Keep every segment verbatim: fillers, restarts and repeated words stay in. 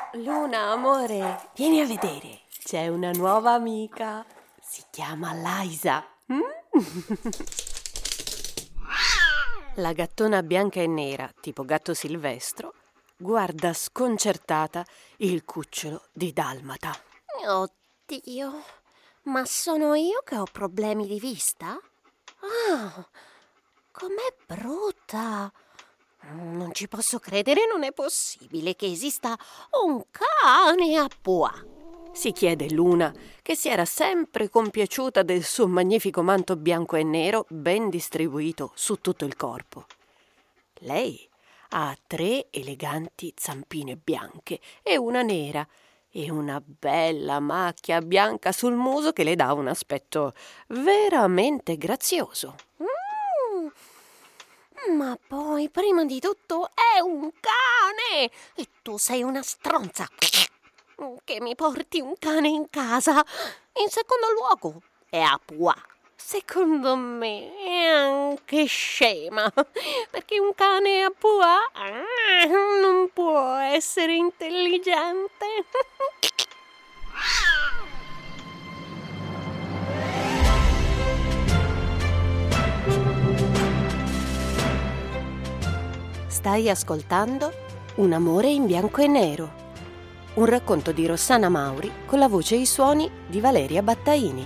Luna, amore, vieni a vedere. C'è una nuova amica. Si chiama Liza. Mm? La gattona bianca e nera, tipo gatto Silvestro, guarda sconcertata il cucciolo di Dalmata. Oddio, ma sono io che ho problemi di vista? Ah, com'è brutta! Non ci posso credere, non è possibile che esista un cane a pois. Si chiede Luna, che si era sempre compiaciuta del suo magnifico manto bianco e nero ben distribuito su tutto il corpo. Lei ha tre eleganti zampine bianche e una nera e una bella macchia bianca sul muso che le dà un aspetto veramente grazioso. Mm, ma poi, prima di tutto, è un cane! E tu sei una stronza! Che mi porti un cane in casa. In secondo luogo è a pois. Secondo me è anche scema, perché un cane a pois ah, non può essere intelligente. Stai ascoltando Un amore in bianco e nero, un racconto di Rossana Mauri con la voce e i suoni di Valeria Battaini.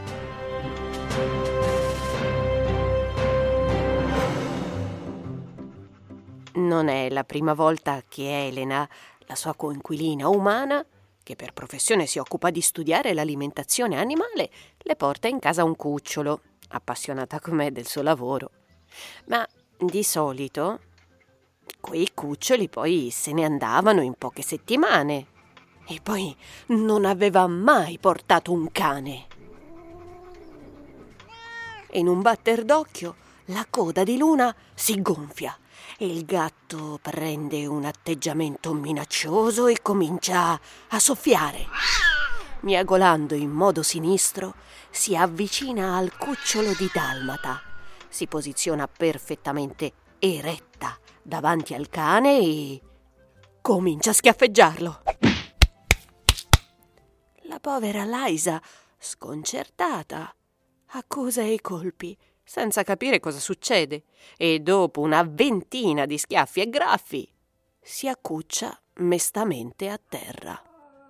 Non è la prima volta che Elena, la sua coinquilina umana, che per professione si occupa di studiare l'alimentazione animale, le porta in casa un cucciolo, appassionata com'è del suo lavoro. Ma di solito quei cuccioli poi se ne andavano in poche settimane. E poi non aveva mai portato un cane. In un batter d'occhio la coda di Luna si gonfia e il gatto prende un atteggiamento minaccioso e comincia a soffiare. Miagolando in modo sinistro, si avvicina al cucciolo di Dalmata, si posiziona perfettamente eretta davanti al cane e comincia a schiaffeggiarlo. La povera Liza, sconcertata, accusa i colpi senza capire cosa succede e dopo una ventina di schiaffi e graffi si accuccia mestamente a terra.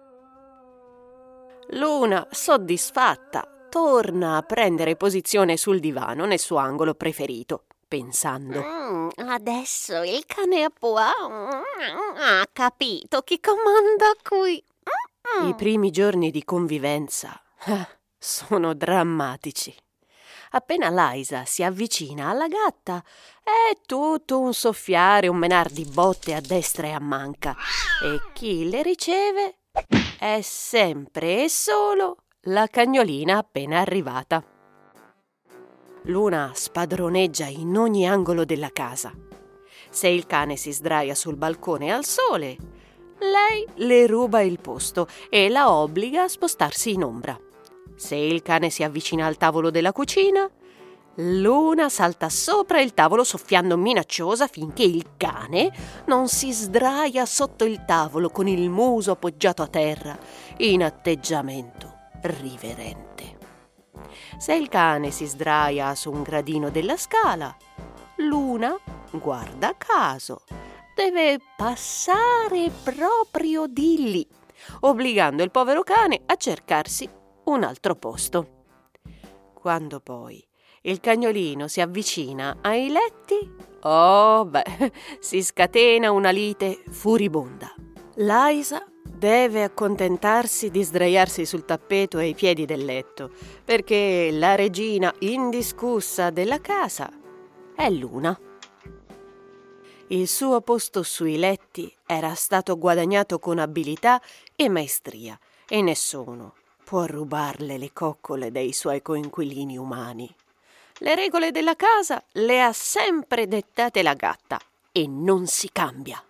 Luna, soddisfatta, torna a prendere posizione sul divano nel suo angolo preferito, pensando: Mm, adesso il cane a pois mm, ha capito chi comanda qui. Mm. I primi giorni di convivenza eh, sono drammatici. Appena Liza si avvicina alla gatta è tutto un soffiare, un menar di botte a destra e a manca, e chi le riceve è sempre e solo la cagnolina appena arrivata. Luna spadroneggia in ogni angolo della casa. Se il cane si sdraia sul balcone al sole, lei le ruba il posto e la obbliga a spostarsi in ombra. Se il cane si avvicina al tavolo della cucina, Luna salta sopra il tavolo soffiando minacciosa finché il cane non si sdraia sotto il tavolo con il muso appoggiato a terra in atteggiamento riverente. Se il cane si sdraia su un gradino della scala, Luna, guarda caso, deve passare proprio di lì, obbligando il povero cane a cercarsi un altro posto. Quando poi il cagnolino si avvicina ai letti, oh beh, si scatena una lite furibonda. Liza deve accontentarsi di sdraiarsi sul tappeto ai piedi del letto, perché la regina indiscussa della casa è Luna. Il suo posto sui letti era stato guadagnato con abilità e maestria, e nessuno può rubarle le coccole dei suoi coinquilini umani. Le regole della casa le ha sempre dettate la gatta e non si cambia.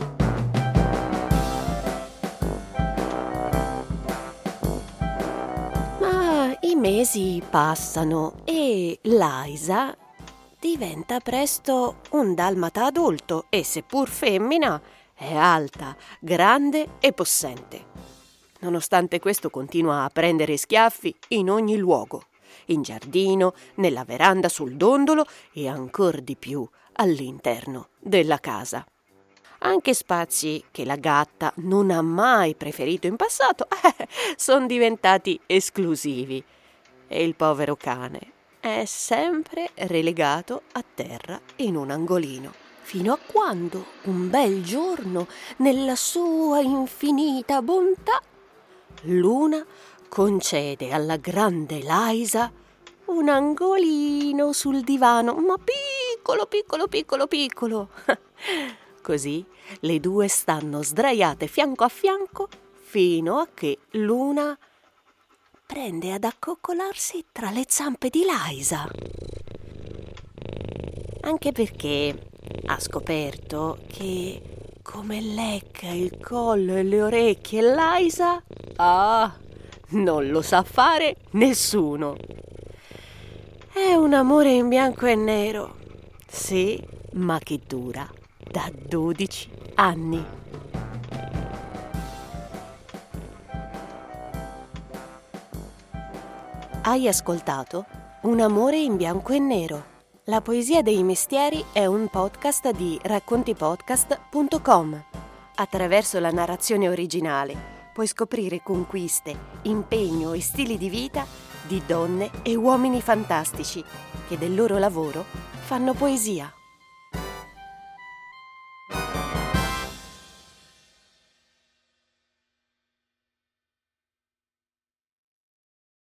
Ma i mesi passano e Liza diventa presto un dalmata adulto e, seppur femmina, È alta, grande e possente. Nonostante questo continua a prendere schiaffi in ogni luogo, in giardino, nella veranda, sul dondolo e ancor di più all'interno della casa. Anche spazi che la gatta non ha mai preferito in passato eh, sono diventati esclusivi e il povero cane è sempre relegato a terra in un angolino. Fino a quando, un bel giorno, nella sua infinita bontà, Luna concede alla grande Liza un angolino sul divano, ma piccolo, piccolo, piccolo, piccolo. Così le due stanno sdraiate fianco a fianco fino a che Luna prende ad accoccolarsi tra le zampe di Liza. Anche perché ha scoperto che come lecca il collo e le orecchie Liza, ah, non lo sa fare nessuno. È un amore in bianco e nero, sì, ma che dura da dodici anni. Hai ascoltato Un amore in bianco e nero. La poesia dei mestieri è un podcast di raccontipodcast punto com. Attraverso la narrazione originale puoi scoprire conquiste, impegno e stili di vita di donne e uomini fantastici che del loro lavoro fanno poesia.